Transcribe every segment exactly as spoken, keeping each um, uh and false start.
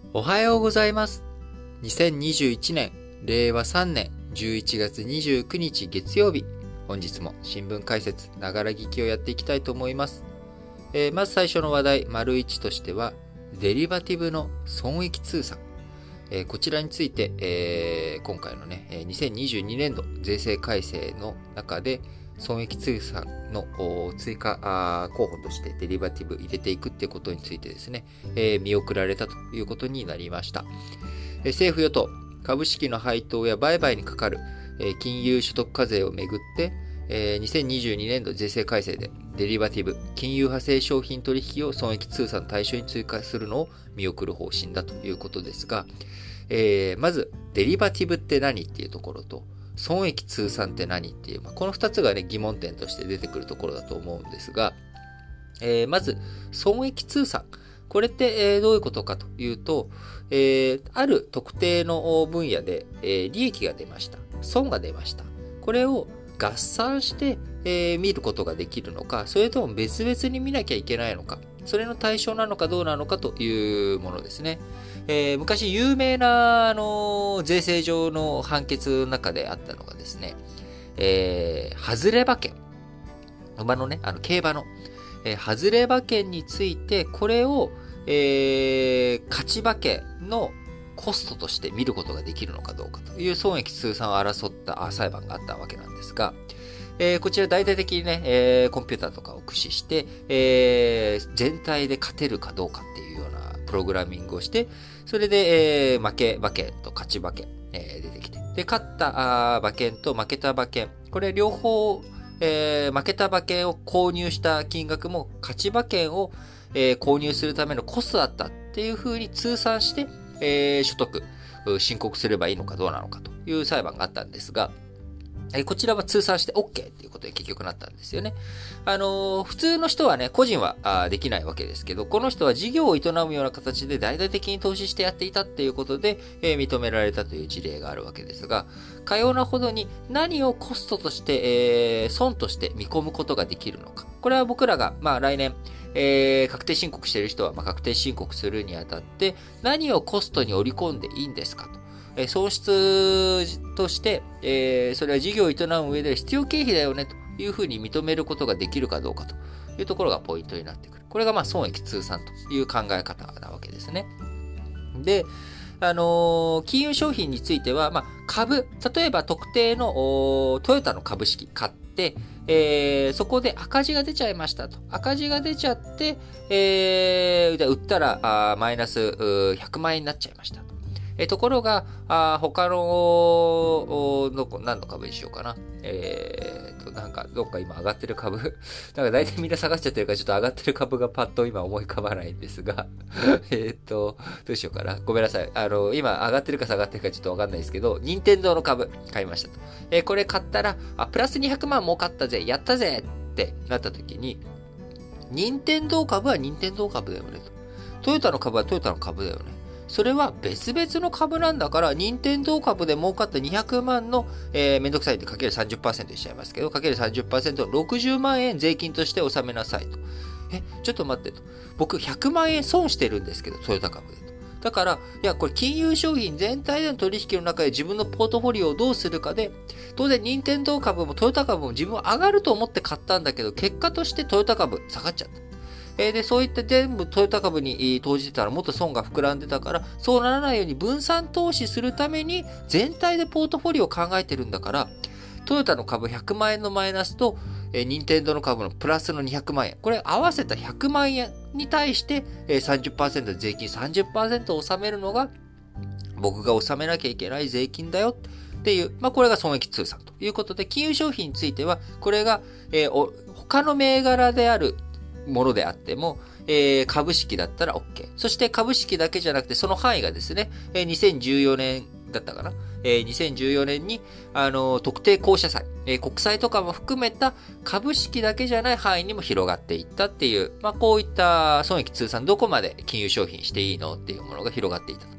おはようございます。にせんにじゅういちねん、れいわさんねんじゅういちがつにじゅうくにち月曜日。本日も新聞解説、ながら聞きをやっていきたいと思います。えー、まず最初の話題、丸いちとしては、デリバティブの損益通算。えー、こちらについて、えー、今回のね、にせんにじゅうにねんど税制改正の中で、損益通算の追加候補としてデリバティブ入れていくっていうことについてですね、えー、見送られたということになりました。えー、政府与党、株式の配当や売買にかかる、えー、金融所得課税をめぐって、えー、にせんにじゅうにねんど税制改正でデリバティブ、金融派生商品取引を損益通算対象に追加するのを見送る方針だということですが、えー、まずデリバティブって何っていうところと、損益通算って何っていう、まあ、この二つがね、疑問点として出てくるところだと思うんですが、えー、まず、損益通算。これって、えー、どういうことかというと、えー、ある特定の分野で、えー、利益が出ました。損が出ました。これを合算して、えー、見ることができるのか、それとも別々に見なきゃいけないのか、それの対象なのかどうなのかというものですね。えー、昔有名な、あのー、税制上の判決の中であったのがですね、えー、外れ馬券。馬のね、あの、競馬の、えー、外れ馬券について、これを、えー、勝ち馬券のコストとして見ることができるのかどうかという損益通算を争った裁判があったわけなんですが、えー、こちら大体的にね、えー、コンピューターとかを駆使して、えー、全体で勝てるかどうかっていうようなプログラミングをして、それで、えー、負け馬券と勝ち馬券、えー、出てきて、で、勝った馬券と負けた馬券、これ両方、えー、負けた馬券を購入した金額も勝ち馬券を、えー、購入するためのコストだったっていう風に通算して、えー、所得、申告すればいいのかどうなのかという裁判があったんですが、こちらは通算して OK っていうことで結局なったんですよね。あのー、普通の人はね、個人はあできないわけですけど、この人は事業を営むような形で大々的に投資してやっていたっていうことで、えー、認められたという事例があるわけですが、かようなほどに何をコストとして、えー、損として見込むことができるのか。これは僕らが、まあ来年、えー、確定申告している人は、まあ、確定申告するにあたって、何をコストに織り込んでいいんですかと。損失として、えー、それは事業を営む上で必要経費だよねというふうに認めることができるかどうかというところがポイントになってくる。これがまあ損益通算という考え方なわけですね。で、あのー、金融商品については、まあ、株、例えば特定のトヨタの株式買って、えー、そこで赤字が出ちゃいましたと。赤字が出ちゃって、えー、売ったらマイナスひゃくまんえんになっちゃいましたと。えところが、あ他の、の、何の株にしようかな。えーと、なんか、どっか今上がってる株なんか大体みんな下がっちゃってるから、ちょっと上がってる株がパッと今思い浮かばないんですが、えっと、どうしようかな。ごめんなさい。あの、今上がってるか下がってるかちょっとわかんないですけど、任天堂の株買いましたと。えー、これ買ったら、あ、プラスにひゃくまん儲かったぜ、やったぜってなった時に、任天堂株は任天堂株だよねと。トヨタの株はトヨタの株だよね。それは別々の株なんだから、任天堂株で儲かったにひゃくまんの、えー、めんどくさいってかける さんじゅっパーセント にしちゃいますけど、かける さんじゅっパーセント のろくじゅうまんえん税金として納めなさいと。え、ちょっと待ってと。僕ひゃくまんえん損してるんですけど、トヨタ株でと。だから、いや、これ金融商品全体での取引の中で自分のポートフォリオをどうするかで、当然任天堂株もトヨタ株も自分は上がると思って買ったんだけど、結果としてトヨタ株下がっちゃった。で、そういった全部トヨタ株に投じてたらもっと損が膨らんでたから、そうならないように分散投資するために全体でポートフォリオを考えてるんだから、トヨタの株ひゃくまんえんのマイナスと、えー、任天堂の株のプラスのにひゃくまんえん。これ合わせたひゃくまんえんに対して、えー、さんじゅっパーセント 税金 さんじゅっパーセント を納めるのが、僕が納めなきゃいけない税金だよっていう、まあこれが損益通算ということで、金融商品については、これが、えー、お他の銘柄である、ものであっても、えー、株式だったら OK。そして株式だけじゃなくて、その範囲がですね、えー、にせんじゅうよねんだったかな。えー、にせんじゅうよねんに、あのー、特定公社債、えー、国債とかも含めた株式だけじゃない範囲にも広がっていったっていう、まあ、こういった損益通算どこまで金融商品していいのっていうものが広がっていたと。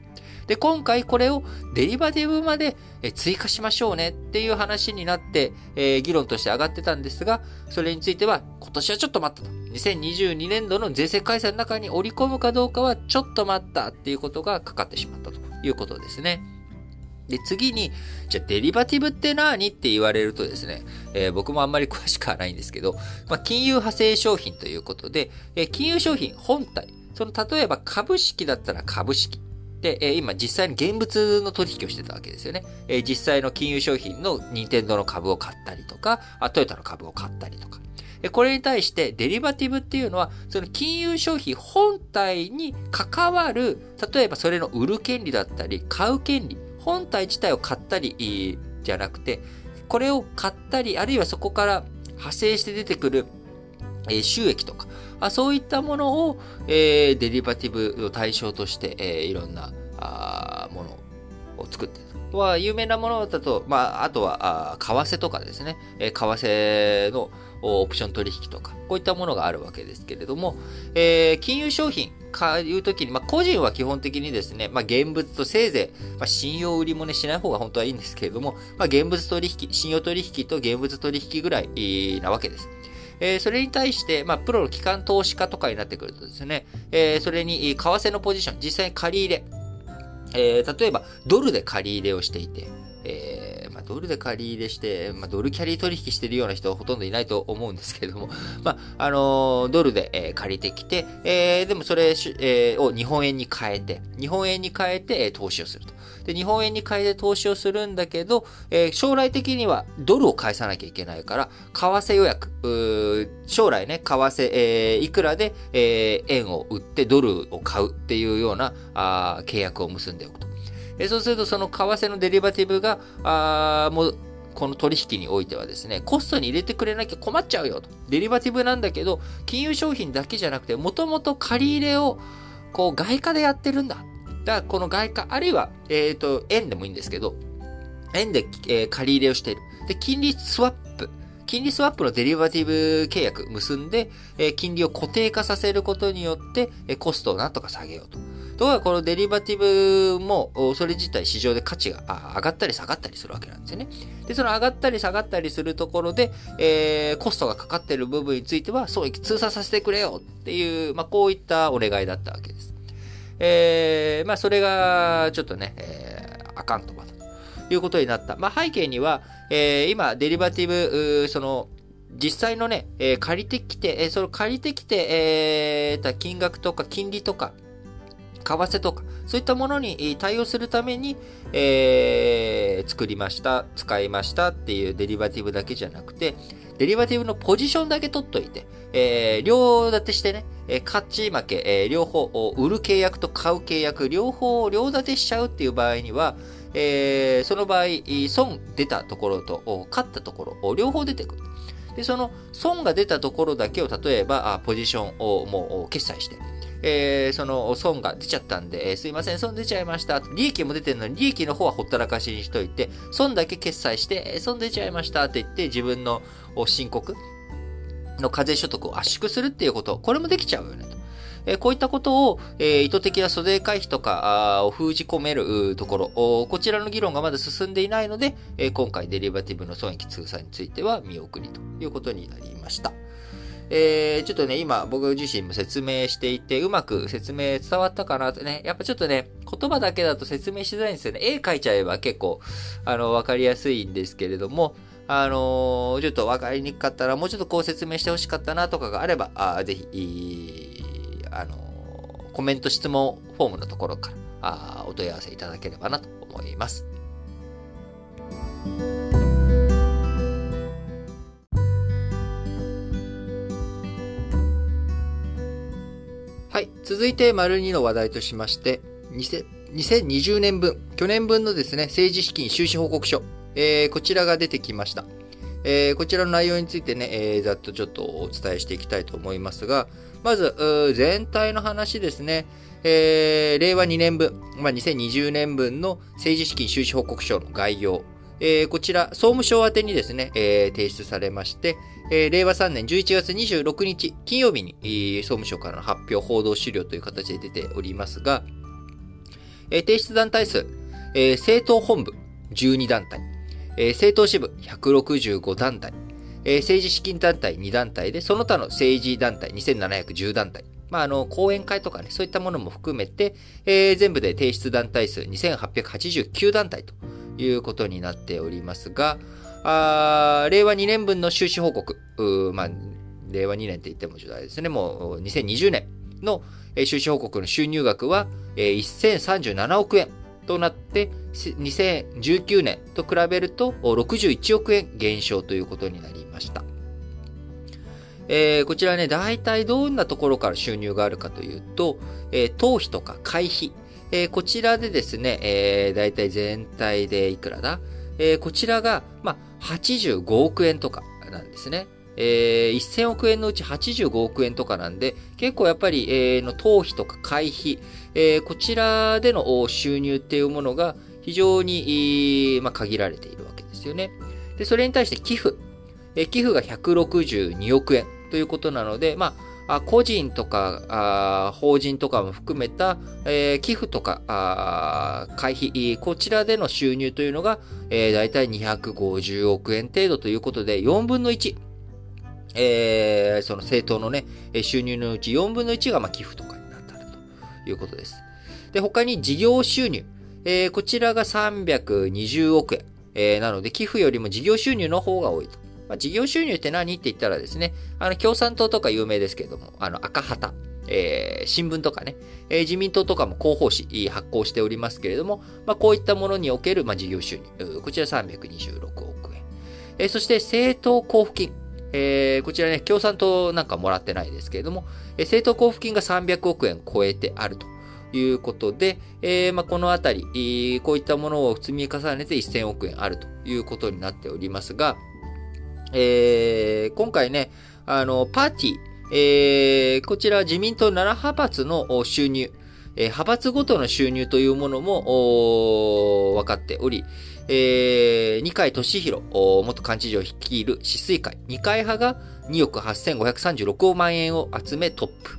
で、今回これをデリバティブまで追加しましょうねっていう話になって、えー、議論として上がってたんですが、それについては今年はちょっと待ったと。にせんにじゅうにねんどの税制改正の中に織り込むかどうかはちょっと待ったっていうことがかかってしまったということですね。で、次に、じゃあデリバティブって何って言われるとですね、えー、僕もあんまり詳しくはないんですけど、まあ、金融派生商品ということで、えー、金融商品本体、その例えば株式だったら株式。で、えー、今実際に現物の取引をしてたわけですよね。えー、実際の金融商品の任天堂の株を買ったりとか、あトヨタの株を買ったりとか。これに対してデリバティブっていうのは、その金融商品本体に関わる、例えばそれの売る権利だったり、買う権利、本体自体を買ったりじゃなくて、これを買ったり、あるいはそこから派生して出てくる収益とか、そういったものをデリバティブの対象としていろんなものを作っている。は有名なものだと、まあ、あとは為替とかですね、為替のオプション取引とか、こういったものがあるわけですけれども、えー、金融商品買うときに、まあ、個人は基本的にですね、まあ、現物とせいぜい、まあ、信用売りもね、しない方が本当はいいんですけれども、まあ、現物取引、信用取引と現物取引ぐらいなわけです。えー、それに対して、まあ、プロの機関投資家とかになってくるとですね、えー、それに、為替のポジション、実際に借り入れ、えー、例えば、ドルで借り入れをしていて、えーまあ、ドルで借り入れして、まあ、ドルキャリー取引しているような人はほとんどいないと思うんですけれども、まあ、あのー、ドルで、えー、借りてきて、えー、でもそれ、えー、を日本円に変えて、日本円に変えて、えー、投資をすると。で、日本円に変えて投資をするんだけど、えー、将来的にはドルを返さなきゃいけないから、為替予約、将来ね、為替、えー、いくらで、えー、円を売ってドルを買うっていうようなあ契約を結んでおくと。えー、そうすると、その為替のデリバティブが、あもう、この取引においてはですね、コストに入れてくれなきゃ困っちゃうよと。デリバティブなんだけど、金融商品だけじゃなくて、もともと借り入れを、こう、外貨でやってるんだ。だからこの外貨、あるいは、えっと、円でもいいんですけど、円で、えー、借り入れをしている。で、金利スワップ。金利スワップのデリバティブ契約結んで、えー、金利を固定化させることによって、えー、コストをなんとか下げようと。ところがこのデリバティブも、それ自体市場で価値が上がったり下がったりするわけなんですよね。で、その上がったり下がったりするところで、えー、コストがかかっている部分については、損益通算させてくれよっていう、まあ、こういったお願いだったわけです。えー、まあ、それが、ちょっとね、えー、あかんとまということになった。まあ、背景には、えー、今、デリバティブ、その、実際のね、えー、借りてきて、えー、その借りてきて、えー、金額とか金利とか、為替とか、そういったものに対応するために、えー、作りました、使いましたっていうデリバティブだけじゃなくて、デリバティブのポジションだけ取っといて、えー、両立てしてね、勝ち負け、えー、両方、売る契約と買う契約、両方両立てしちゃうっていう場合には、えー、その場合、損出たところと、勝ったところ、両方出てくる。で、その損が出たところだけを、例えば、ポジションをもう決済して、えー、その損が出ちゃったんで、えー、すいません、損出ちゃいました。利益も出てるのに、利益の方はほったらかしにしといて、損だけ決済して、えー、損出ちゃいましたって言って、自分の申告の課税所得を圧縮するっていうこと、これもできちゃうよねと。えー、こういったことを、えー、意図的な租税回避とかを封じ込めるところ、こちらの議論がまだ進んでいないので、えー、今回デリバティブの損益通算については見送りということになりました。えー、ちょっとね、今僕自身も説明していて、うまく説明伝わったかなとね、やっぱちょっとね、言葉だけだと説明しづらいんですよね。絵描いちゃえば結構、あの、わかりやすいんですけれども、あのー、ちょっとわかりにくかったら、もうちょっとこう説明してほしかったなとかがあれば、あぜひ、あのー、コメント質問フォームのところからあお問い合わせいただければなと思います。はい。続いて、丸にの話題としまして、にせんにじゅうねんぶん、去年分のですね、政治資金収支報告書、えー、こちらが出てきました。えー、こちらの内容についてね、えー、ざっとちょっとお伝えしていきたいと思いますが、まず、全体の話ですね、えー、れいわにねんぶん、まあ、にせんにじゅうねんぶんの政治資金収支報告書の概要、えー、こちら、総務省宛てにですね、えー、提出されまして、えー、れいわさんねんじゅういちがつにじゅうろくにち、金曜日に、えー、総務省からの発表報道資料という形で出ておりますが、 えー、提出団体数、えー、政党本部じゅうにだんたい、えー、政党支部ひゃくろくじゅうごだんたい、えー、政治資金団体にだんたいで、その他の政治団体にせんななひゃくじゅうだんたい。まあ、あの、講演会とかね、そういったものも含めて、えー、全部で提出団体数にせんはっぴゃくはちじゅうきゅうだんたいということになっておりますが、あれいわにねんぶんの収支報告、まあ、れいわにねんって言っても時代ですね、もうにせんにじゅうねんの収支報告の収入額はせんさんじゅうななおくえんとなって、にせんじゅうきゅうねんと比べるとろくじゅういちおくえん減少ということになりました。えー、こちらね、大体どんなところから収入があるかというと、えー、党費とか会費、えー、こちらでですね、えー、大体全体でいくらだ、えー、こちらが、まあ、はちじゅうごおくえんとかなんですね。えー、せんおくえんのうちはちじゅうごおくえんとかなんで、結構やっぱり、えー、の党費とか会費、えー、こちらでの収入っていうものが非常に、まあ、限られているわけですよね。で、それに対して寄付。えー、寄付がひゃくろくじゅうにおくえんということなので、まあ、あ個人とかあ法人とかも含めた、えー、寄付とかあ会費、こちらでの収入というのが、えー、だいたいにひゃくごじゅうおくえん程度ということで、よんぶんのいち。えー、その政党のね、収入のうちよんぶんのいちがまあ寄付とかになっているということです。で、他に事業収入。えー、こちらがさんびゃくにじゅうおくえん。えー、なので、寄付よりも事業収入の方が多いと。まあ、事業収入って何って言ったらですね、あの、共産党とか有名ですけれども、あの、赤旗。えー、新聞とかね、えー、自民党とかも広報誌発行しておりますけれども、まあ、こういったものにおける、まあ、事業収入。こちらさんびゃくにじゅうろくおくえん。えー、そして、政党交付金。えー、こちらね、共産党なんかもらってないですけれども、えー、政党交付金がさんびゃくおくえん超えてあるということで、えーまあ、このあたり、えー、こういったものを積み重ねてせんおくえんあるということになっておりますが、えー、今回ね、あの、パーティー、えー、こちら自民党ななはぱつの収入、えー、派閥ごとの収入というものも分かっており、えー、二階俊博元幹事長率いる志水会、二階派がにおくはっせんごひゃくさんじゅうろくまんえんを集めトップ。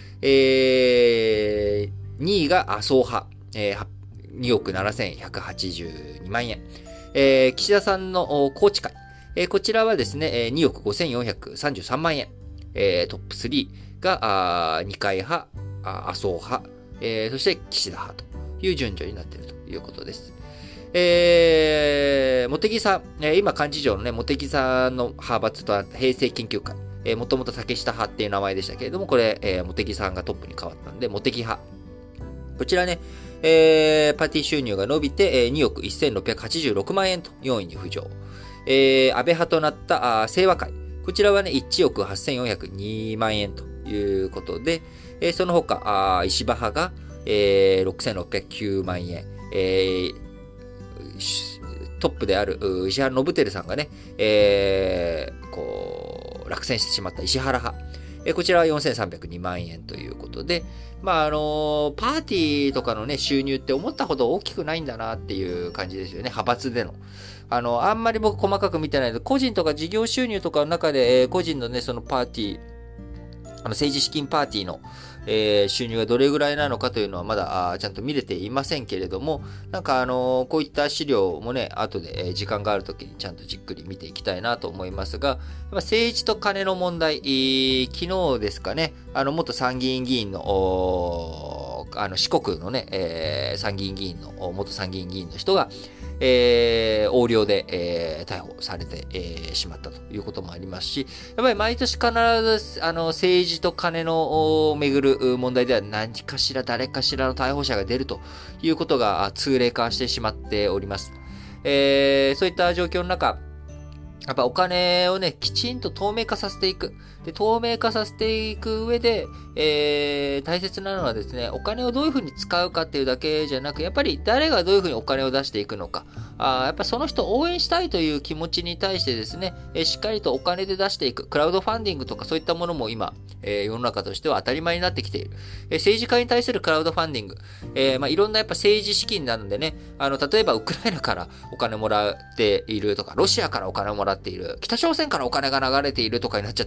えー、にいが麻生派、えー、におくななせんひゃくはちじゅうにまんえん。えー、岸田さんの宏池会、えー、こちらはですね、におくごせんよんひゃくさんじゅうさんまんえん。えー、トップスリーが二階派、麻生派、えー、そして岸田派という順序になっているということです。えー、茂木さん、えー、今幹事長のね、茂木さんの派閥とあった平成研究会、えー、もともと竹下派っていう名前でしたけれども、これ、えー、茂木さんがトップに変わったんで、茂木派。こちらね、えー、パーティー収入が伸びて、えー、におくせんろっぴゃくはちじゅうろくまんえんとよんいに浮上。えー、安倍派となったあ清和会。こちらはね、いちおくはっせんよんひゃくにまんえんということで、えー、その他、あ石破派が、えー、ろくせんろっぴゃくきゅうまんえん、えー、トップである石原伸晃さんがね、えー、こう、落選してしまった石原派。えー、こちらはよんせんさんびゃくにまんえんということで、まあ、あのー、パーティーとかのね、収入って思ったほど大きくないんだなっていう感じですよね、派閥での。あの、あんまり僕細かく見てないので、個人とか事業収入とかの中で、えー、個人のね、そのパーティー、あの政治資金パーティーの、えー、収入がどれぐらいなのかというのはまだあちゃんと見れていませんけれども、なんかあのー、こういった資料もね、後で、えー、時間があるときにちゃんとじっくり見ていきたいなと思いますが、政治と金の問題、えー、昨日ですかね、あの、元参議院議員の、あの、四国のね、えー、参議院議員の、元参議院議員の人が、えー、横領で、えー、逮捕されて、えー、しまったということもありますし、やっぱり毎年必ず、あの、政治と金の巡る問題では何かしら誰かしらの逮捕者が出るということが通例化してしまっております。えー、そういった状況の中、やっぱお金をね、きちんと透明化させていく。で、透明化させていく上で、えー、大切なのはですね、お金をどういうふうに使うかっていうだけじゃなく、やっぱり誰がどういうふうにお金を出していくのか、あやっぱその人を応援したいという気持ちに対してですね、えー、しっかりとお金で出していく。クラウドファンディングとかそういったものも今、えー、世の中としては当たり前になってきている。えー、政治家に対するクラウドファンディング。えー、まあいろんなやっぱ政治資金なのでね、あの、例えばウクライナからお金もらっているとか、ロシアからお金をもらっている、北朝鮮からお金が流れているとかになっちゃったらもう大変な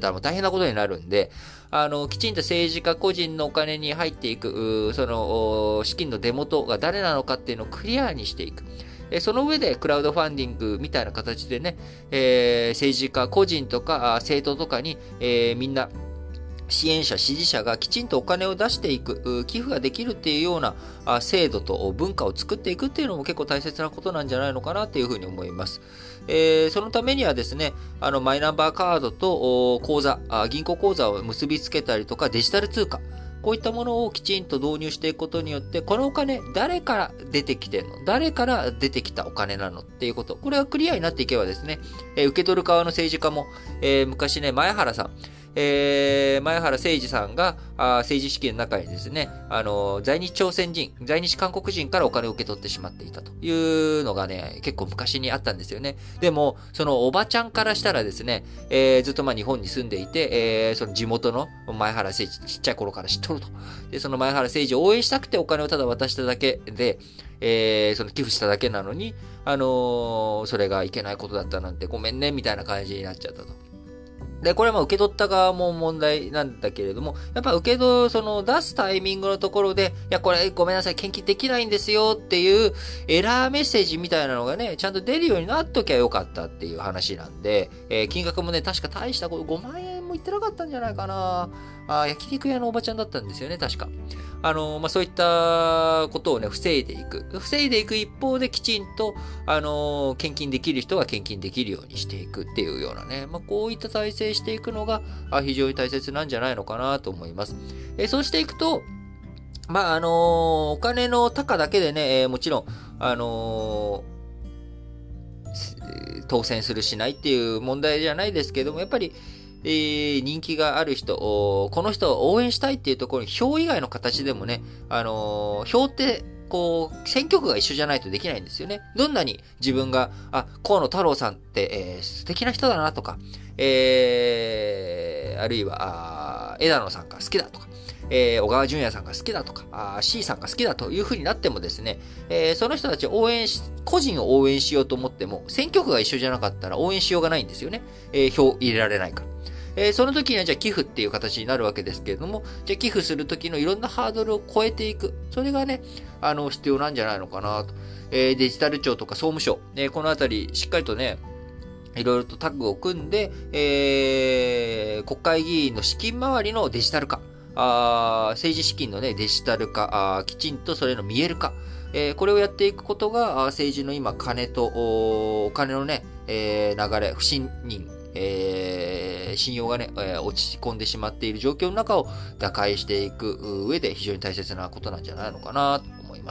なことになるんで、あの、きちんと政治家個人のお金に入っていく、その、資金の出元が誰なのかっていうのをクリアにしていく。その上でクラウドファンディングみたいな形でね、えー、政治家個人とか政党とかに、えー、みんな支援者、支持者がきちんとお金を出していく、寄付ができるっていうような制度と文化を作っていくっていうのも結構大切なことなんじゃないのかなっていうふうに思います。えー、そのためにはですね、あのマイナンバーカードと口座、銀行口座を結びつけたりとかデジタル通貨、こういったものをきちんと導入していくことによって、このお金、誰から出てきてんの？誰から出てきたお金なのっていうこと。これがクリアになっていけばですね、えー、受け取る側の政治家も、えー、昔ね、前原さん、えー、前原誠司さんがあ政治資金の中にですね、あのー、在日朝鮮人、在日韓国人からお金を受け取ってしまっていたというのがね、結構昔にあったんですよね。でも、そのおばちゃんからしたらですね、えー、ずっとまあ日本に住んでいて、えー、その地元の前原誠司、ちっちゃい頃から知っとると。で、その前原誠司を応援したくてお金をただ渡しただけで、えー、その寄付しただけなのに、あのー、それがいけないことだったなんてごめんね、みたいな感じになっちゃったと。で、これはまあ受け取った側も問題なんだけれども、やっぱ受け取る、その出すタイミングのところで、いや、これごめんなさい、献金できないんですよっていうエラーメッセージみたいなのがね、ちゃんと出るようになっときゃよかったっていう話なんで、えー、金額もね、確か大したこと、ごまんえんもいってなかったんじゃないかな。あ、焼肉屋のおばちゃんだったんですよね、確か。あの、まあ、そういったことをね、防いでいく。防いでいく一方できちんと、あの、献金できる人は献金できるようにしていくっていうようなね、まあ、こういった体制していくのが非常に大切なんじゃないのかなと思います。えそうしていくと、まあ、あの、お金の高だけでね、えー、もちろん、あの当選するしないっていう問題じゃないですけども、やっぱり、えー、人気がある人、この人を応援したいっていうところに票以外の形でもね、あのー、票って、こう、選挙区が一緒じゃないとできないんですよね。どんなに自分が、あ、河野太郎さんって、えー、素敵な人だなとか、えー、あるいは、あ枝野さんが好きだとか、えー、小川淳也さんが好きだとか、あ C さんが好きだという風になってもですね、えー、その人たちを応援し、個人を応援しようと思っても、選挙区が一緒じゃなかったら応援しようがないんですよね。えー、票入れられないから。えー、その時にはじゃあ寄付っていう形になるわけですけれども、じゃあ寄付する時のいろんなハードルを超えていく。それがね、あの、必要なんじゃないのかなと。えー、デジタル庁とか総務省、えー、このあたりしっかりとね、いろいろとタッグを組んで、えー、国会議員の資金回りのデジタル化、あ政治資金のね、デジタル化、あきちんとそれの見える化、えー、これをやっていくことが、政治の今、金と、お金のね、えー、流れ、不信任、えー、信用がね、えー、落ち込んでしまっている状況の中を打開していく上で非常に大切なことなんじゃないのかなと思います。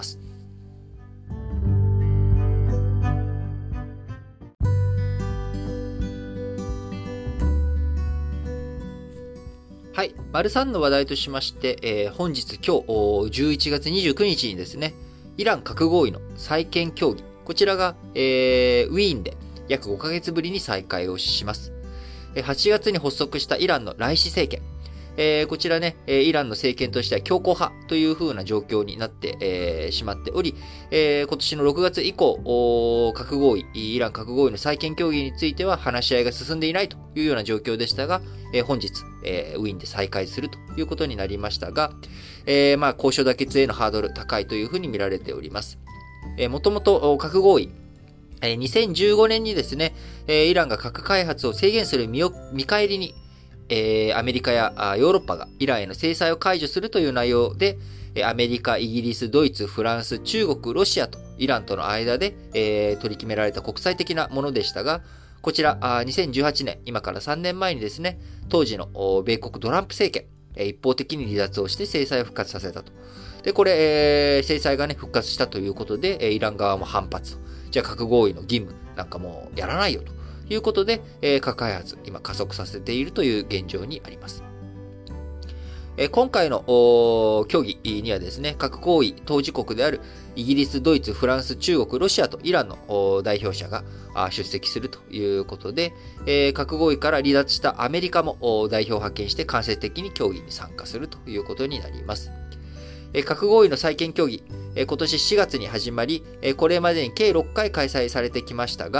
はい。丸さんの話題としまして、えー、本日今日じゅういちがつにじゅうくにちにですね、イラン核合意の再建協議、こちらが、えー、ウィーンで約ごかげつぶりに再開をします。はちがつに発足したイランのライシ政権。えー、こちらね、イランの政権としては強硬派という風な状況になって、えー、しまっており、えー、今年のろくがつ以降、核合意、イラン核合意の再建協議については話し合いが進んでいないというような状況でしたが、えー、本日、えー、ウィーンで再開するということになりましたが、えー、まあ、交渉妥結へのハードル高いという風に見られております。えー、もともと核合意、にせんじゅうごねんにですね、イランが核開発を制限する見返りに、アメリカやヨーロッパがイランへの制裁を解除するという内容で、アメリカ、イギリス、ドイツ、フランス、中国、ロシアとイランとの間で取り決められた国際的なものでしたが、こちらにせんじゅうはちねん、今からさんねんまえにですね、当時の米国トランプ政権、一方的に離脱をして制裁を復活させたと。で、これ、制裁がね、復活したということで、イラン側も反発と。じゃあ核合意の義務なんかもうやらないよということで、えー、核開発今加速させているという現状にあります。えー、今回の協議にはですね、核合意当事国であるイギリス、ドイツ、フランス、中国、ロシアとイランの代表者が出席するということで、えー、核合意から離脱したアメリカも代表を派遣して間接的に協議に参加するということになります。核合意の再建協議、今年しがつに始まり、これまでに計ろっかい開催されてきましたが、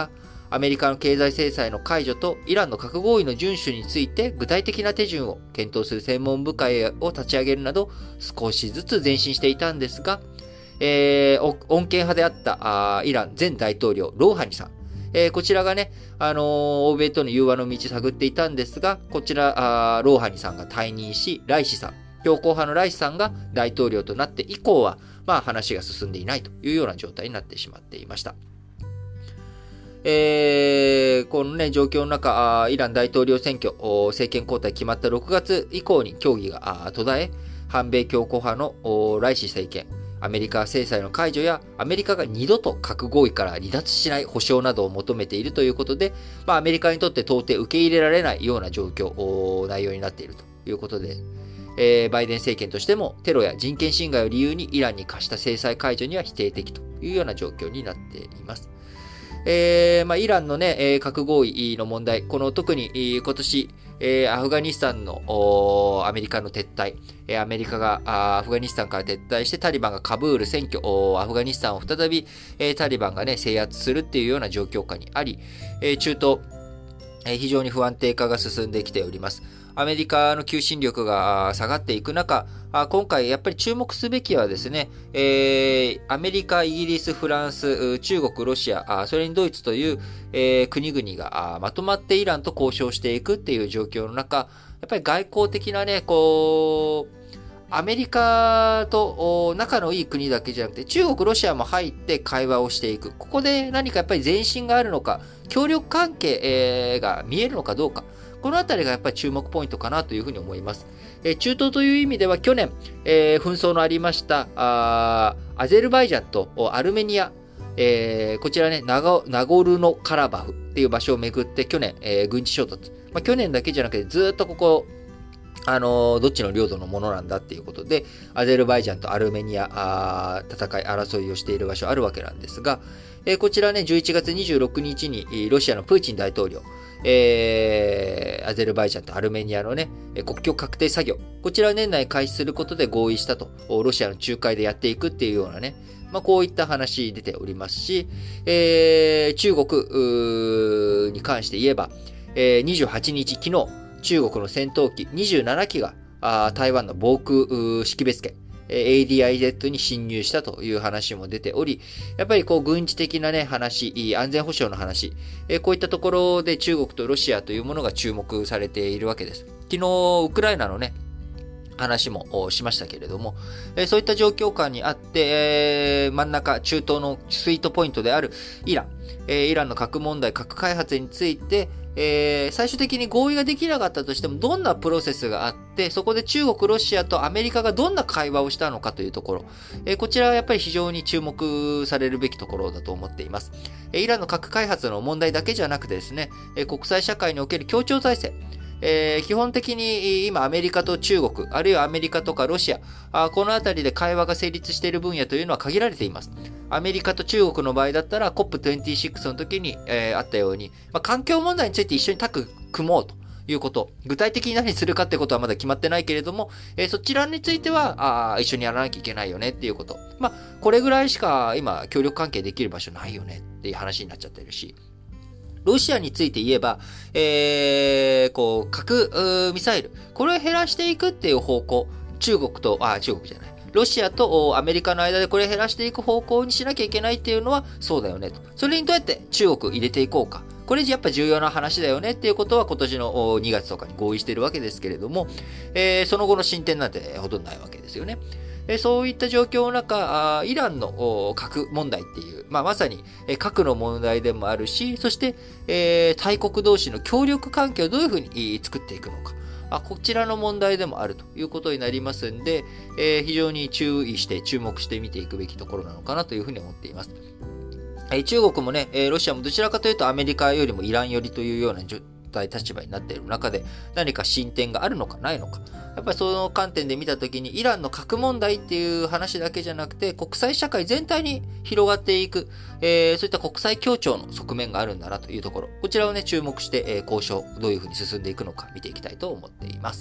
アメリカの経済制裁の解除とイランの核合意の遵守について具体的な手順を検討する専門部会を立ち上げるなど少しずつ前進していたんですが、えー、穏健派であったあイラン前大統領ローハニさん、えー、こちらがね、あのー、欧米との融和の道を探っていたんですが、こちらあローハニさんが退任し、ライシさん、強硬派のライシさんが大統領となって以降は、まあ話が進んでいないというような状態になってしまっていました。えー、このね、状況の中、イラン大統領選挙、政権交代決まったろくがつ以降に協議が途絶え、反米強硬派のライシ政権、アメリカ制裁の解除やアメリカが二度と核合意から離脱しない保証などを求めているということで、まあアメリカにとって到底受け入れられないような状況、内容になっているということで、えー、バイデン政権としてもテロや人権侵害を理由にイランに課した制裁解除には否定的というような状況になっています。えーまあ、イランの、ね、核合意の問題、この特に今年、えー、アフガニスタンのアメリカの撤退、アメリカがアフガニスタンから撤退してタリバンがカブール占拠、アフガニスタンを再びタリバンが、ね、制圧するっていうような状況下にあり、中東、非常に不安定化が進んできております。アメリカの求心力が下がっていく中、今回やっぱり注目すべきはですね、えー、アメリカ、イギリス、フランス、中国、ロシア、それにドイツという、えー、国々がまとまってイランと交渉していくっていう状況の中、やっぱり外交的なね、こう、アメリカと仲のいい国だけじゃなくて、中国、ロシアも入って会話をしていく。ここで何かやっぱり前進があるのか、協力関係が見えるのかどうか。このあたりがやっぱり注目ポイントかなというふうに思います。えー、中東という意味では去年、えー、紛争のありましたあアゼルバイジャンとアルメニア、えー、こちらね、ナゴ、ナゴルノカラバフっていう場所をめぐって去年、えー、軍事衝突。まあ、去年だけじゃなくてずっとここ、あのー、どっちの領土のものなんだっていうことで、アゼルバイジャンとアルメニア、あ戦い、争いをしている場所あるわけなんですが、えー、こちらね、じゅういちがつにじゅうろくにちにロシアのプーチン大統領、えー、アゼルバイジャンとアルメニアのね、国境確定作業。こちら年内開始することで合意したと。ロシアの仲介でやっていくっていうようなね。まあ、こういった話出ておりますし、えー、中国に関して言えば、えー、にじゅうはちにち、昨日、中国の戦闘機にじゅうななきがあ台湾の防空識別圏、エーディーアイゼット に侵入したという話も出ており、やっぱりこう軍事的なね話、安全保障の話、こういったところで中国とロシアというものが注目されているわけです。昨日、ウクライナのね、話もしましたけれども、そういった状況下にあって、真ん中、中東のスイートポイントであるイラン、イランの核問題、核開発について、えー、最終的に合意ができなかったとしても、どんなプロセスがあって、そこで中国、ロシアとアメリカがどんな会話をしたのかというところ、えー、こちらはやっぱり非常に注目されるべきところだと思っています。えー、イランの核開発の問題だけじゃなくてですね、えー、国際社会における協調体制、えー、基本的に今アメリカと中国、あるいはアメリカとかロシア、あこのあたりで会話が成立している分野というのは限られています。アメリカと中国の場合だったら コップにじゅうろく の時に、えー、あったように、まあ、環境問題について一緒にタッグ組もうということ。具体的に何するかってことはまだ決まってないけれども、えー、そちらについてはあ一緒にやらなきゃいけないよねっていうこと。まあ、これぐらいしか今協力関係できる場所ないよねっていう話になっちゃってるし、ロシアについて言えば、えー、こう、核ミサイル、これを減らしていくっていう方向、中国と、あ、中国じゃない。ロシアとアメリカの間でこれ減らしていく方向にしなきゃいけないっていうのはそうだよねと。それにどうやって中国入れていこうか。これやっぱ重要な話だよねっていうことは今年のにがつとかに合意しているわけですけれども、えー、その後の進展なんてほとんどないわけですよね。そういった状況の中、イランの核問題っていう、まあ、まさに核の問題でもあるし、そして、えー、大国同士の協力関係をどういうふうに作っていくのか。あこちらの問題でもあるということになりますんで、えー、非常に注意して注目して見ていくべきところなのかなというふうに思っています。えー、中国もね、えー、ロシアもどちらかというとアメリカよりもイラン寄りというような状態立場になっている中で何か進展があるのかないのか。やっぱりその観点で見たときにイランの核問題っていう話だけじゃなくて国際社会全体に広がっていく、えー、そういった国際協調の側面があるんだなというところ、こちらをね注目して、えー、交渉どういうふうに進んでいくのか見ていきたいと思っています。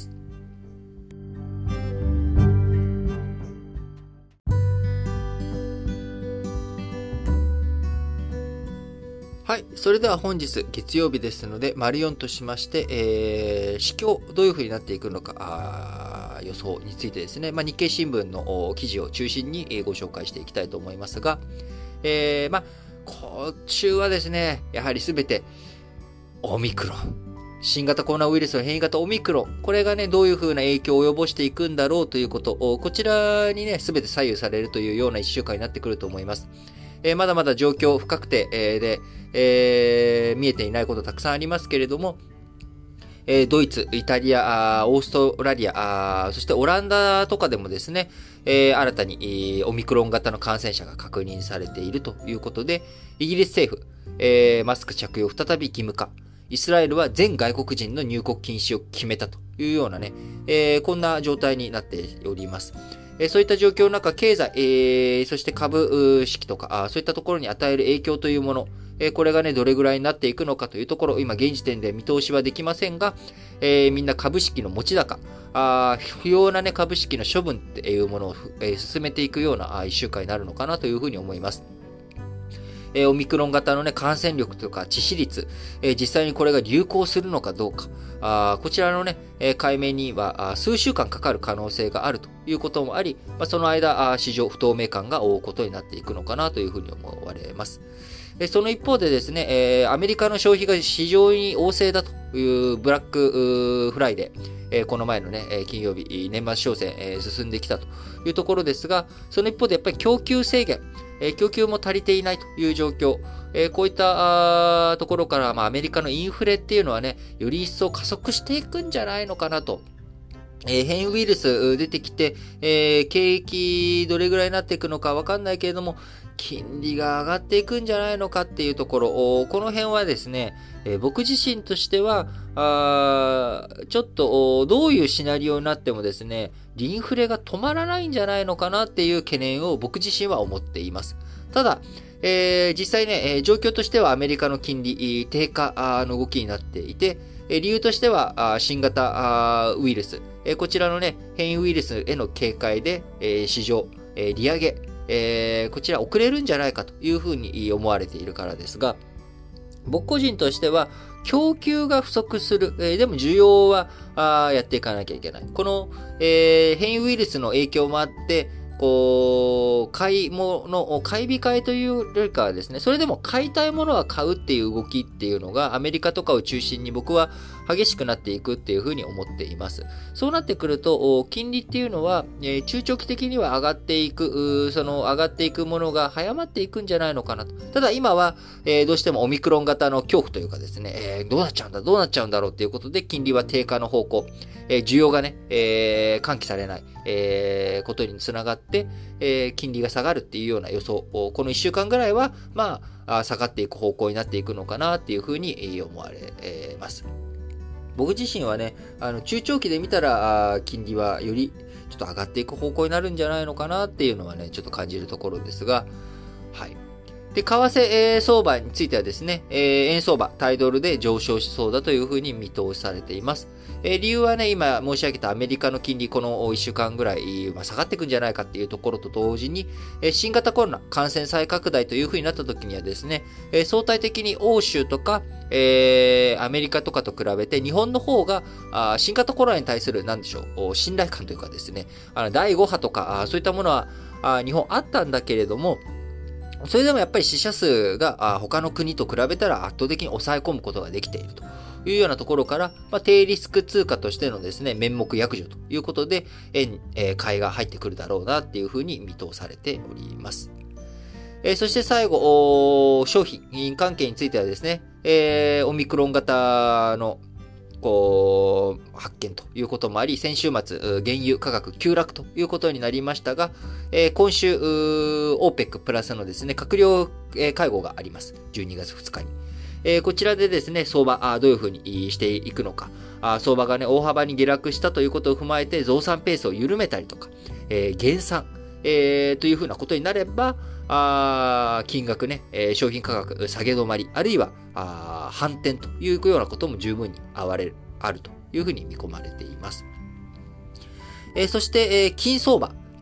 はい。それでは本日月曜日ですので、丸よんとしまして、えー、市況どういう風になっていくのか、あ予想についてですね、まあ、日経新聞の記事を中心にご紹介していきたいと思いますが、えー、まあ、今週はですね、やはりすべてオミクロン。新型コロナウイルスの変異型オミクロン。これがね、どういう風な影響を及ぼしていくんだろうということを、こちらにね、すべて左右されるというような一週間になってくると思います。えー、まだまだ状況不確定、えー、で、えー、見えていないことたくさんありますけれども、えー、ドイツ、イタリア、オーストラリア、そしてオランダとかでもですね、えー、新たに、えー、オミクロン型の感染者が確認されているということで、イギリス政府、えー、マスク着用再び義務化、イスラエルは全外国人の入国禁止を決めたというようなね、えー、こんな状態になっております。そういった状況の中、経済、えー、そして株式とか、そういったところに与える影響というもの、これがね、どれぐらいになっていくのかというところ、今現時点で見通しはできませんが、えー、みんな株式の持ち高、あ不要なね、株式の処分っていうものを、えー、進めていくような一週間になるのかなというふうに思います。オミクロン型のね、感染力とか致死率、えー、実際にこれが流行するのかどうか、あこちらのね、えー、解明には数週間かかる可能性があるということもあり、まあ、その間あ、市場不透明感が覆うことになっていくのかなというふうに思われます。でその一方でですね、えー、アメリカの消費が非常に旺盛だというブラックフライデー、えー、この前のね、金曜日、年末商戦、えー、進んできたというところですが、その一方でやっぱり供給制限、えー、供給も足りていないという状況、えー、こういったところから、まあ、アメリカのインフレっていうのはね、より一層加速していくんじゃないのかなと。えー、変異ウイルス出てきて、えー、景気どれぐらいになっていくのかわかんないけれども、金利が上がっていくんじゃないのかっていうところ、この辺はですね、えー、僕自身としては、あちょっとどういうシナリオになってもですね、インフレが止まらないんじゃないのかなっていう懸念を僕自身は思っています。ただ、えー、実際ね、状況としてはアメリカの金利低下の動きになっていて、理由としては新型ウイルス、こちらのね、変異ウイルスへの警戒で市場、利上げ、えー、こちら遅れるんじゃないかというふうに思われているからですが、僕個人としては供給が不足する、えー、でも需要はあやっていかなきゃいけない。この、えー、変異ウイルスの影響もあって、こう、買い物、買い控えというよりかはですね、それでも買いたいものは買うっていう動きっていうのがアメリカとかを中心に僕は激しくなっていくっていうふうに思っています。そうなってくると、金利っていうのは、えー、中長期的には上がっていく、その上がっていくものが早まっていくんじゃないのかなと。ただ今は、えー、どうしてもオミクロン型の恐怖というかですね、えー、どうなっちゃうんだ、どうなっちゃうんだろうっていうことで金利は低下の方向、えー、需要がね、えー、喚起されない、えー、ことにつながって、えー、金利が下がるっていうような予想、このいっしゅうかんぐらいは、まあ、下がっていく方向になっていくのかなっていうふうに思われます。僕自身はね、あの中長期で見たら、金利はよりちょっと上がっていく方向になるんじゃないのかなっていうのはね、ちょっと感じるところですが、はい。で、為替、えー、相場についてはですね、えー、円相場、タイドルで上昇しそうだというふうに見通しされています。えー、理由はね、今申し上げたアメリカの金利、このいっしゅうかんぐらい、まあ、下がっていくんじゃないかっていうところと同時に、えー、新型コロナ感染再拡大というふうになった時にはですね、えー、相対的に欧州とか、えー、アメリカとかと比べて日本の方があ新型コロナに対する何でしょう信頼感というかですね、あのだいご波とかあそういったものはあ日本あったんだけれども、それでもやっぱり死者数が他の国と比べたら圧倒的に抑え込むことができているというようなところから、まあ、低リスク通貨としてのですね、面目躍如ということで、円、えー、買いが入ってくるだろうなっていうふうに見通されております。えー、そして最後、商品関係についてはですね、えー、オミクロン型のこう発見ということもあり、先週末、原油価格急落ということになりましたが、えー、今週、オーペック プラスのですね、閣僚会合があります。じゅうにがつふつかに。えー、こちらでですね、相場、あどういうふうにしていくのか、あ相場がね、大幅に下落したということを踏まえて、増産ペースを緩めたりとか、えー、減産、えー、というふうなことになれば、あ金額ね、えー、商品価格下げ止まり、あるいはあ反転というようなことも十分にあわれる、あるというふうに見込まれています。えー、そして、えー、金相場。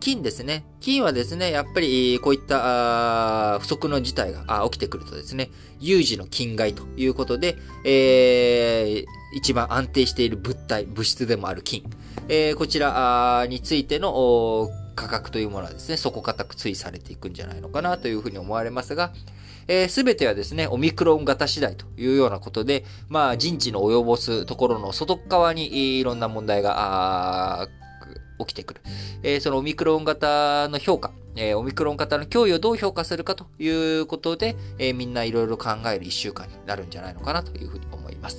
金ですね。金はですね、やっぱりこういった不測の事態が起きてくるとですね、有事の金買いということで、えー、一番安定している物体、物質でもある金。えー、こちらについての価格というものはですね、底堅く推移されていくんじゃないのかなというふうに思われますが、す、えー、べてはですね、オミクロン型次第というようなことで、まあ、人知の及ぼすところの外側にいろんな問題が起きてくる。えー、そのオミクロン型の評価、えー、オミクロン型の脅威をどう評価するかということで、えー、みんないろいろ考える一週間になるんじゃないのかなというふうに思います。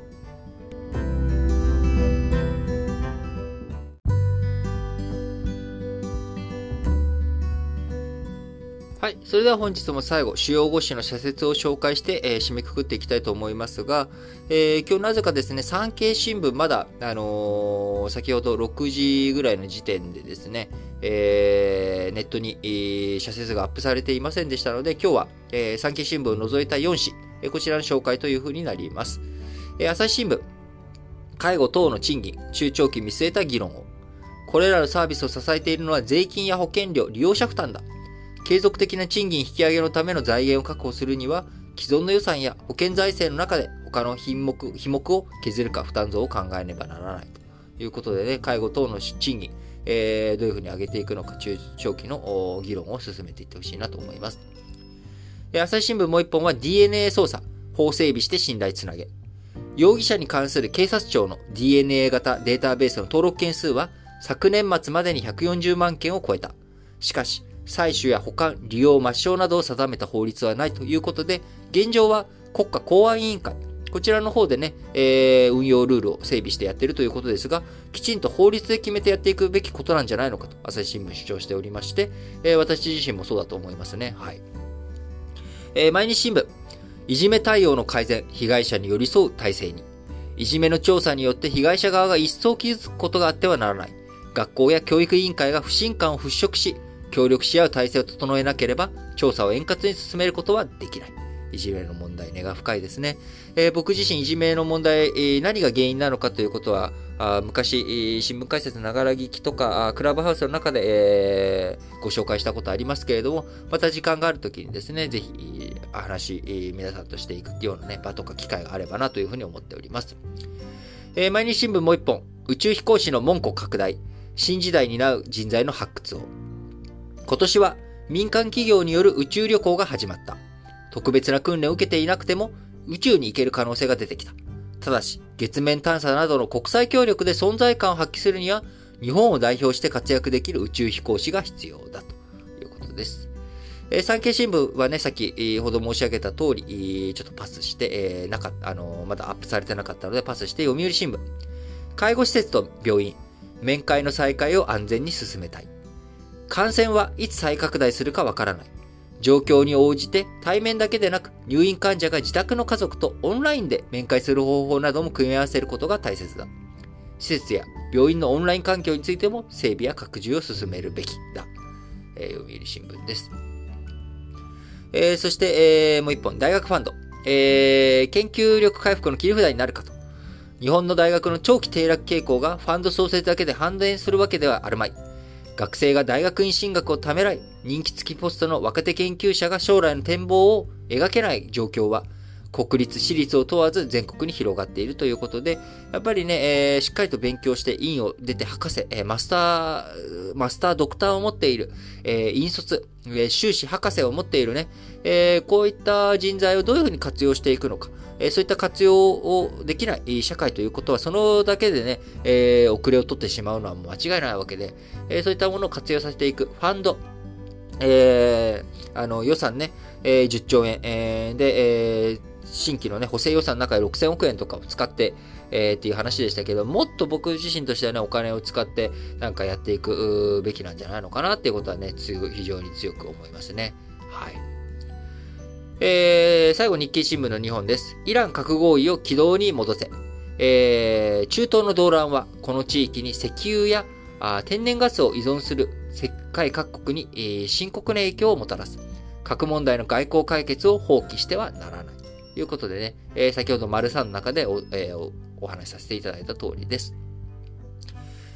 はい。それでは本日も最後、主要ご紙の社説を紹介して、えー、締めくくっていきたいと思いますが、えー、今日なぜかですね、産経新聞、まだ、あのー、先ほどろくじぐらいの時点でですね、えー、ネットに、えー、社説がアップされていませんでしたので、今日は、えー、産経新聞を除いたよん紙、えー、こちらの紹介というふうになります。えー、朝日新聞、介護等の賃金、中長期見据えた議論を。これらのサービスを支えているのは税金や保険料、利用者負担だ。継続的な賃金引き上げのための財源を確保するには、既存の予算や保険財政の中で他の品目、費目を削るか負担増を考えねばならないということでね、介護等の賃金、えー、どういうふうに上げていくのか、中長期の議論を進めていってほしいなと思います。朝日新聞もう一本は ディーエヌエー 捜査、法整備して信頼つなげ。容疑者に関する警察庁の ディーエヌエー 型データベースの登録件数は昨年末までにひゃくよんじゅうまんけんを超えた。しかし、採取や保管、利用、抹消などを定めた法律はないということで、現状は国家公安委員会、こちらの方でね、えー、運用ルールを整備してやっているということですが、きちんと法律で決めてやっていくべきことなんじゃないのかと、朝日新聞主張しておりまして、えー、私自身もそうだと思いますね。はい。えー、毎日新聞、いじめ対応の改善、被害者に寄り添う体制に。いじめの調査によって被害者側が一層傷つくことがあってはならない。学校や教育委員会が不信感を払拭し、協力し合う体制を整えなければ、調査を円滑に進めることはできない。いじめの問題、根が深いですね。えー、僕自身いじめの問題、えー、何が原因なのかということは、あ昔、えー、新聞解説ながら聞きとかあ、クラブハウスの中で、えー、ご紹介したことありますけれども、また時間があるときにですね、ぜひ、話、えー、皆さんとしていくようなね、場とか機会があればなというふうに思っております。えー、毎日新聞もう一本、宇宙飛行士の門戸拡大、新時代に担う人材の発掘を。今年は民間企業による宇宙旅行が始まった。特別な訓練を受けていなくても宇宙に行ける可能性が出てきた。ただし、月面探査などの国際協力で存在感を発揮するには、日本を代表して活躍できる宇宙飛行士が必要だということです。えー、産経新聞はね、さっき、えー、ほど申し上げた通り、えー、ちょっとパスして、えー、なかった、あのー、まだアップされてなかったのでパスして、読売新聞。介護施設と病院、面会の再開を安全に進めたい。感染はいつ再拡大するかわからない。状況に応じて対面だけでなく入院患者が自宅の家族とオンラインで面会する方法なども組み合わせることが大切だ。施設や病院のオンライン環境についても整備や拡充を進めるべきだ。えー、読売新聞です。えー、そして、えー、もう一本、大学ファンド。えー、研究力回復の切り札になるかと。日本の大学の長期低落傾向がファンド創設だけで反映するわけではあるまい。学生が大学院進学をためらい、人気付きポストの若手研究者が将来の展望を描けない状況は、国立、私立を問わず全国に広がっているということで、やっぱりね、えー、しっかりと勉強して院を出て博士、えー、マスター、マスタードクターを持っている、えー、院卒、えー、修士博士を持っているね、えー、こういった人材をどういうふうに活用していくのか、えー、そういった活用をできない社会ということは、そのだけでね、えー、遅れを取ってしまうのは間違いないわけで、えー、そういったものを活用させていくファンド、えー、あの予算ね、えー、じゅっちょうえん、えー、で、えー新規のね、補正予算の中でろくせんおくえんとかを使って、えー、っていう話でしたけど、もっと僕自身としてはね、お金を使ってなんかやっていくべきなんじゃないのかなっていうことはね、強非常に強く思いますね。はい。えー、最後、日経新聞のにほんです。イラン核合意を軌道に戻せ。えー、中東の動乱は、この地域に石油やあ天然ガスを依存する世界各国に、えー、深刻な影響をもたらす。核問題の外交解決を放棄してはならない。ということでね、えー、先ほど丸さんの中で お,、えー、お, お話しさせていただいた通りです。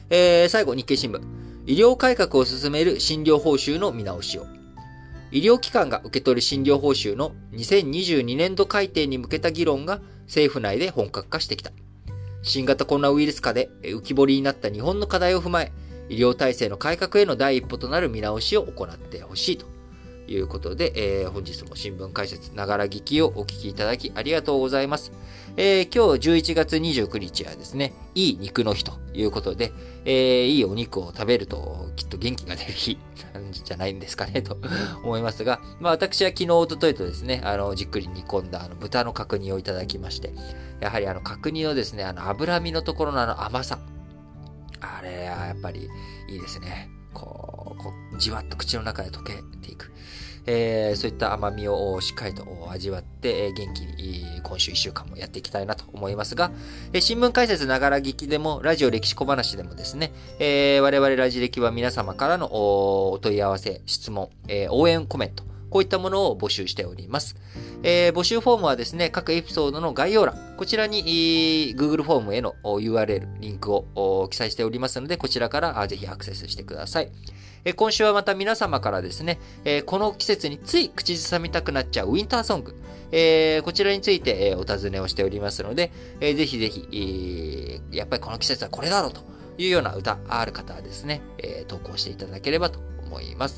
えー、最後、日経新聞。医療改革を進める診療報酬の見直しを。医療機関が受け取る診療報酬のにせんにじゅうにねんど改定に向けた議論が政府内で本格化してきた。新型コロナウイルス禍で浮き彫りになった日本の課題を踏まえ、医療体制の改革への第一歩となる見直しを行ってほしいということで、えー、本日も新聞解説、ながら聞きをお聞きいただきありがとうございます。えー、今日じゅういちがつにじゅうくにちはですね、いい肉の日ということで、えー、いいお肉を食べるときっと元気が出る日なんじゃないんですかねと思いますが、まあ私は昨日、おとといとですね、あの、じっくり煮込んだあの豚の角煮をいただきまして、やはりあの角煮のですね、あの脂身のところのあの甘さ、あれはやっぱりいいですね。こう、こうじわっと口の中で溶けていく。えー、そういった甘みをしっかりと味わって、元気に今週いっしゅうかんもやっていきたいなと思いますが、新聞解説ながら聞きでも、ラジオ歴史小話でもですね、えー、我々ラジ歴は皆様からのお問い合わせ、質問、えー、応援コメント、こういったものを募集しております。えー、募集フォームはですね、各エピソードの概要欄、こちらに Google フォームへの ユーアールエル、リンクを記載しておりますので、こちらからぜひアクセスしてください。えー、今週はまた皆様からですね、えー、この季節につい口ずさみたくなっちゃうウィンターソング、えー、こちらについて、えー、お尋ねをしておりますので、えー、ぜひぜひ、えー、やっぱりこの季節はこれだろうというような歌ある方はですね、えー、投稿していただければと思います。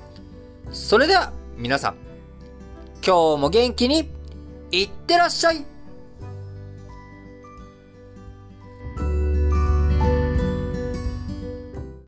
それでは皆さん、今日も元気にいってらっしゃい。